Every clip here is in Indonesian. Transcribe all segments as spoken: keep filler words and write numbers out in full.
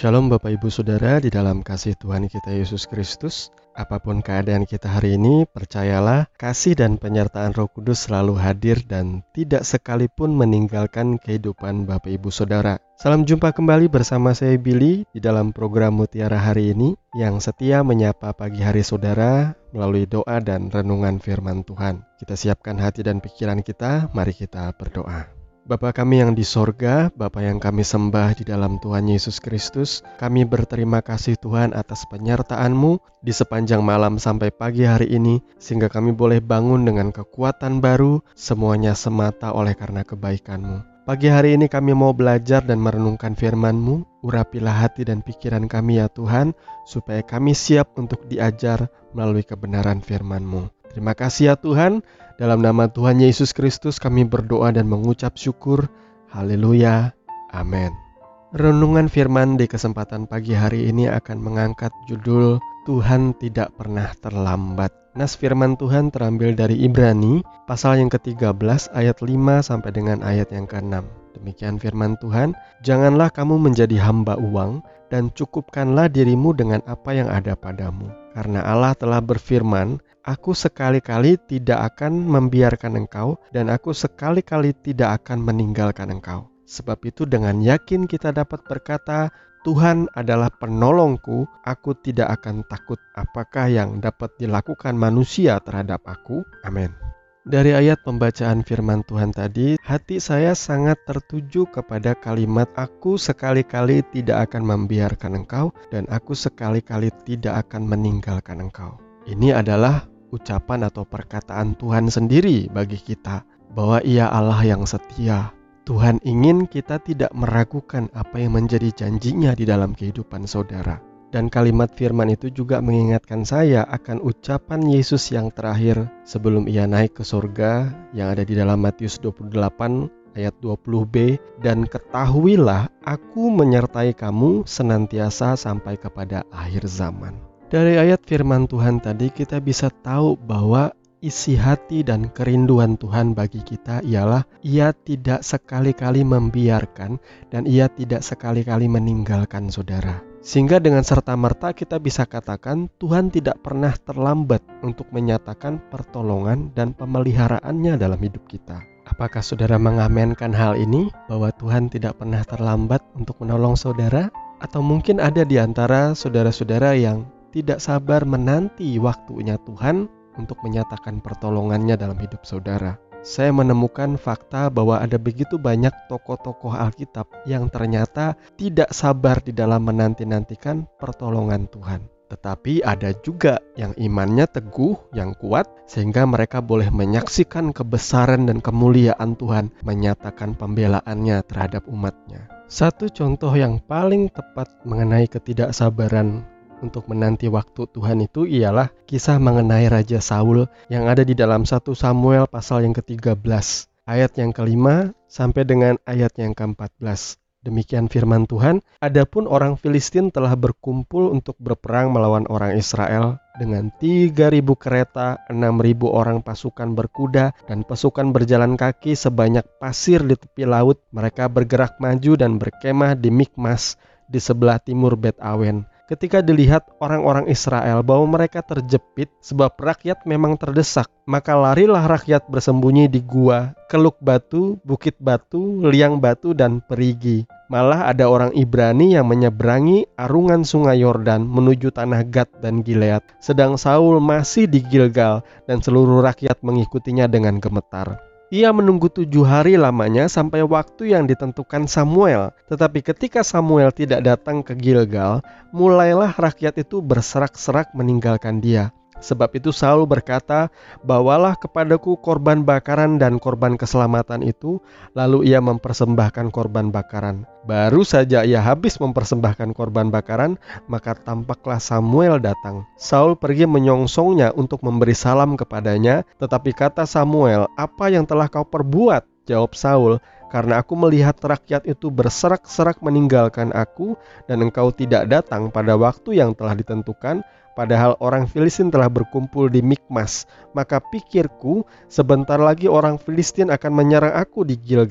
Shalom Bapak Ibu Saudara di dalam kasih Tuhan kita Yesus Kristus. Apapun keadaan kita hari ini, percayalah kasih dan penyertaan Roh Kudus selalu hadir dan tidak sekalipun meninggalkan kehidupan Bapak Ibu Saudara. Salam jumpa kembali bersama saya Billy di dalam program Mutiara hari ini yang setia menyapa pagi hari saudara melalui doa dan renungan firman Tuhan. Kita siapkan hati dan pikiran kita, mari kita berdoa. Bapa kami yang di sorga, Bapa yang kami sembah di dalam Tuhan Yesus Kristus, kami berterima kasih Tuhan atas penyertaan-Mu di sepanjang malam sampai pagi hari ini, sehingga kami boleh bangun dengan kekuatan baru, semuanya semata oleh karena kebaikan-Mu. Pagi hari ini kami mau belajar dan merenungkan firman-Mu, urapilah hati dan pikiran kami ya Tuhan, supaya kami siap untuk diajar melalui kebenaran firman-Mu. Terima kasih ya Tuhan. Dalam nama Tuhan Yesus Kristus kami berdoa dan mengucap syukur. Haleluya. Amin. Renungan firman di kesempatan pagi hari ini akan mengangkat judul Tuhan tidak pernah terlambat. Nas firman Tuhan terambil dari Ibrani pasal yang ketiga belas ayat lima sampai dengan ayat yang keenam. Demikian firman Tuhan, janganlah kamu menjadi hamba uang dan cukupkanlah dirimu dengan apa yang ada padamu. Karena Allah telah berfirman, aku sekali-kali tidak akan membiarkan engkau dan aku sekali-kali tidak akan meninggalkan engkau. Sebab itu dengan yakin kita dapat berkata, Tuhan adalah penolongku, aku tidak akan takut apakah yang dapat dilakukan manusia terhadap aku. Amin. Dari ayat pembacaan firman Tuhan tadi, hati saya sangat tertuju kepada kalimat aku sekali-kali tidak akan membiarkan engkau dan aku sekali-kali tidak akan meninggalkan engkau. Ini adalah ucapan atau perkataan Tuhan sendiri bagi kita, bahwa Ia Allah yang setia. Tuhan ingin kita tidak meragukan apa yang menjadi janjinya di dalam kehidupan saudara. Dan kalimat firman itu juga mengingatkan saya akan ucapan Yesus yang terakhir sebelum Ia naik ke surga yang ada di dalam Matius dua puluh delapan ayat dua puluh b, dan ketahuilah aku menyertai kamu senantiasa sampai kepada akhir zaman. Dari ayat firman Tuhan tadi kita bisa tahu bahwa isi hati dan kerinduan Tuhan bagi kita ialah Ia tidak sekali-kali membiarkan dan Ia tidak sekali-kali meninggalkan saudara. Sehingga dengan serta-merta kita bisa katakan Tuhan tidak pernah terlambat untuk menyatakan pertolongan dan pemeliharaannya dalam hidup kita. Apakah saudara mengamenkan hal ini bahwa Tuhan tidak pernah terlambat untuk menolong saudara? Atau mungkin ada di antara saudara-saudara yang tidak sabar menanti waktunya Tuhan untuk menyatakan pertolongannya dalam hidup saudara. Saya menemukan fakta bahwa ada begitu banyak tokoh-tokoh Alkitab yang ternyata tidak sabar di dalam menanti-nantikan pertolongan Tuhan. Tetapi ada juga yang imannya teguh, yang kuat, sehingga mereka boleh menyaksikan kebesaran dan kemuliaan Tuhan, menyatakan pembelaannya terhadap umatnya. Satu contoh yang paling tepat mengenai ketidaksabaran untuk menanti waktu Tuhan itu ialah kisah mengenai Raja Saul yang ada di dalam satu Samuel pasal yang ketiga belas ayat yang kelima sampai dengan ayat yang keempat belas. Demikian firman Tuhan, adapun orang Filistin telah berkumpul untuk berperang melawan orang Israel dengan tiga ribu kereta, enam ribu orang pasukan berkuda dan pasukan berjalan kaki sebanyak pasir di tepi laut. Mereka bergerak maju dan berkemah di Mikmas di sebelah timur Bet Awen. Ketika dilihat orang-orang Israel bahwa mereka terjepit sebab rakyat memang terdesak, maka larilah rakyat bersembunyi di gua, keluk batu, bukit batu, liang batu, dan perigi. Malah ada orang Ibrani yang menyeberangi arungan sungai Yordan menuju tanah Gad dan Gilead, sedang Saul masih di Gilgal dan seluruh rakyat mengikutinya dengan gemetar. Ia menunggu tujuh hari lamanya sampai waktu yang ditentukan Samuel. Tetapi ketika Samuel tidak datang ke Gilgal, mulailah rakyat itu berserak-serak meninggalkan dia. Sebab itu Saul berkata, bawalah kepadaku korban bakaran dan korban keselamatan itu. Lalu ia mempersembahkan korban bakaran. Baru saja ia habis mempersembahkan korban bakaran, maka tampaklah Samuel datang. Saul pergi menyongsongnya untuk memberi salam kepadanya. Tetapi kata Samuel, apa yang telah kau perbuat? Jawab Saul, karena aku melihat rakyat itu berserak-serak meninggalkan aku, dan engkau tidak datang pada waktu yang telah ditentukan, padahal orang Filistin telah berkumpul di Mikmas. Maka pikirku, sebentar lagi orang Filistin akan menyerang aku di Gilgal.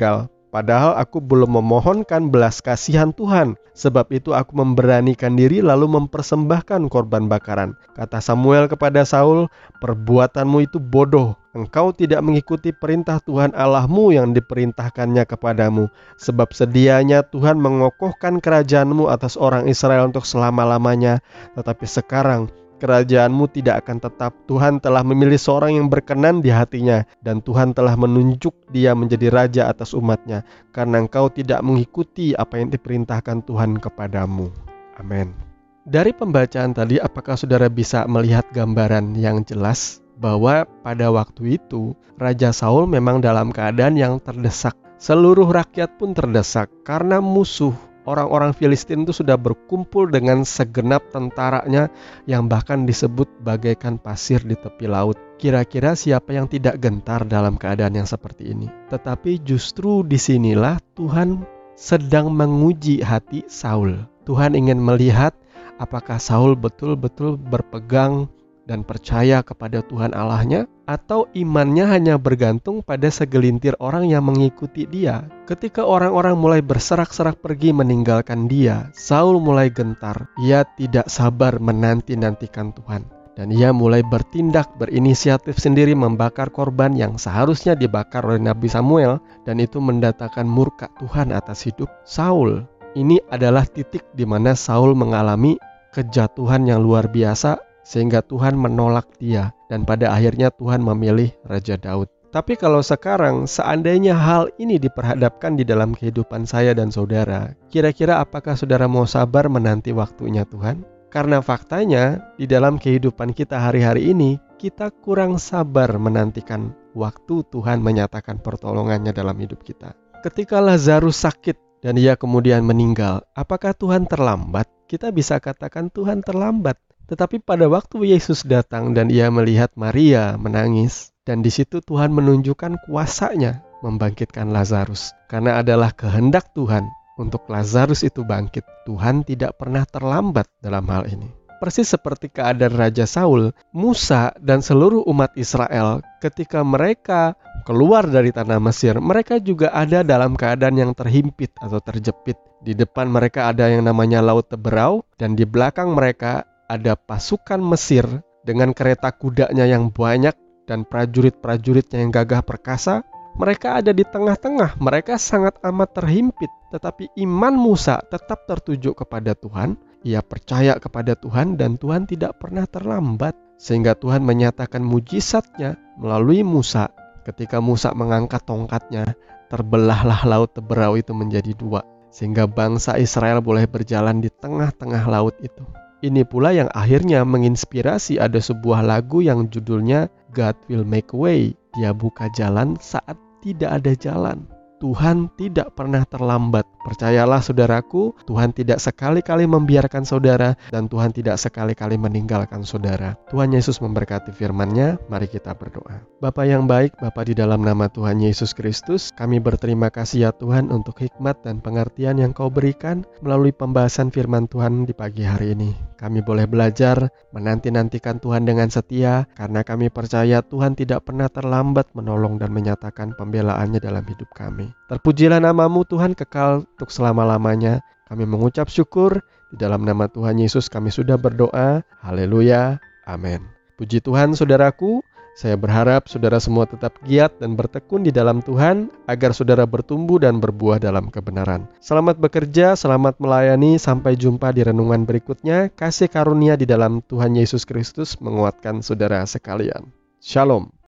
padahal aku belum memohonkan belas kasihan Tuhan. Sebab itu aku memberanikan diri lalu mempersembahkan korban bakaran. Kata Samuel kepada Saul, perbuatanmu itu bodoh. Engkau tidak mengikuti perintah Tuhan Allahmu yang diperintahkannya kepadamu. Sebab sedianya Tuhan mengokohkan kerajaanmu atas orang Israel untuk selama-lamanya. Tetapi sekarang kerajaanmu tidak akan tetap. Tuhan telah memilih seorang yang berkenan di hatinya, dan Tuhan telah menunjuk dia menjadi raja atas umatnya, karena engkau tidak mengikuti apa yang diperintahkan Tuhan kepadamu. Amin. Dari pembacaan tadi, apakah saudara bisa melihat gambaran yang jelas bahwa pada waktu itu Raja Saul memang dalam keadaan yang terdesak. Seluruh rakyat pun terdesak karena musuh orang-orang Filistin itu sudah berkumpul dengan segenap tentaranya yang bahkan disebut bagaikan pasir di tepi laut. Kira-kira siapa yang tidak gentar dalam keadaan yang seperti ini? Tetapi justru disinilah Tuhan sedang menguji hati Saul. Tuhan ingin melihat apakah Saul betul-betul berpegang dan percaya kepada Tuhan Allahnya, atau imannya hanya bergantung pada segelintir orang yang mengikuti dia. Ketika orang-orang mulai berserak-serak pergi meninggalkan dia, Saul mulai gentar. Ia tidak sabar menanti-nantikan Tuhan. Dan ia mulai bertindak, berinisiatif sendiri membakar korban yang seharusnya dibakar oleh Nabi Samuel, dan itu mendatangkan murka Tuhan atas hidup Saul. Ini adalah titik di mana Saul mengalami kejatuhan yang luar biasa, sehingga Tuhan menolak dia, dan pada akhirnya Tuhan memilih Raja Daud. Tapi kalau sekarang, seandainya hal ini diperhadapkan di dalam kehidupan saya dan saudara, kira-kira apakah saudara mau sabar menanti waktunya Tuhan? Karena faktanya, di dalam kehidupan kita hari-hari ini, kita kurang sabar menantikan waktu Tuhan menyatakan pertolongannya dalam hidup kita. Ketika Lazarus sakit dan ia kemudian meninggal, apakah Tuhan terlambat? Kita bisa katakan Tuhan terlambat. Tetapi pada waktu Yesus datang dan ia melihat Maria menangis, dan di situ Tuhan menunjukkan kuasanya membangkitkan Lazarus. Karena adalah kehendak Tuhan untuk Lazarus itu bangkit. Tuhan tidak pernah terlambat dalam hal ini. Persis seperti keadaan Raja Saul, Musa dan seluruh umat Israel ketika mereka keluar dari tanah Mesir, mereka juga ada dalam keadaan yang terhimpit atau terjepit. Di depan mereka ada yang namanya Laut Teberau, dan di belakang mereka ada pasukan Mesir dengan kereta kudanya yang banyak dan prajurit-prajuritnya yang gagah perkasa. Mereka ada di tengah-tengah, mereka sangat amat terhimpit. Tetapi iman Musa tetap tertuju kepada Tuhan. Ia percaya kepada Tuhan dan Tuhan tidak pernah terlambat. Sehingga Tuhan menyatakan mujizatnya melalui Musa. Ketika Musa mengangkat tongkatnya, terbelahlah Laut Teberau itu menjadi dua. Sehingga bangsa Israel boleh berjalan di tengah-tengah laut itu. Ini pula yang akhirnya menginspirasi ada sebuah lagu yang judulnya God Will Make a Way. Dia buka jalan saat tidak ada jalan. Tuhan tidak pernah terlambat. Percayalah saudaraku, Tuhan tidak sekali-kali membiarkan saudara, dan Tuhan tidak sekali-kali meninggalkan saudara. Tuhan Yesus memberkati firman-Nya. Mari kita berdoa. Bapa yang baik, Bapa di dalam nama Tuhan Yesus Kristus, kami berterima kasih ya Tuhan untuk hikmat dan pengertian yang Kau berikan melalui pembahasan firman Tuhan di pagi hari ini. Kami boleh belajar menanti-nantikan Tuhan dengan setia, karena kami percaya Tuhan tidak pernah terlambat menolong dan menyatakan pembela-Nya dalam hidup kami. Terpujilah nama-Mu Tuhan kekal untuk selama-lamanya. Kami mengucap syukur, di dalam nama Tuhan Yesus kami sudah berdoa. Haleluya, amin. Puji Tuhan saudaraku, saya berharap saudara semua tetap giat dan bertekun di dalam Tuhan, agar saudara bertumbuh dan berbuah dalam kebenaran. Selamat bekerja, selamat melayani, sampai jumpa di renungan berikutnya. Kasih karunia di dalam Tuhan Yesus Kristus menguatkan saudara sekalian. Shalom.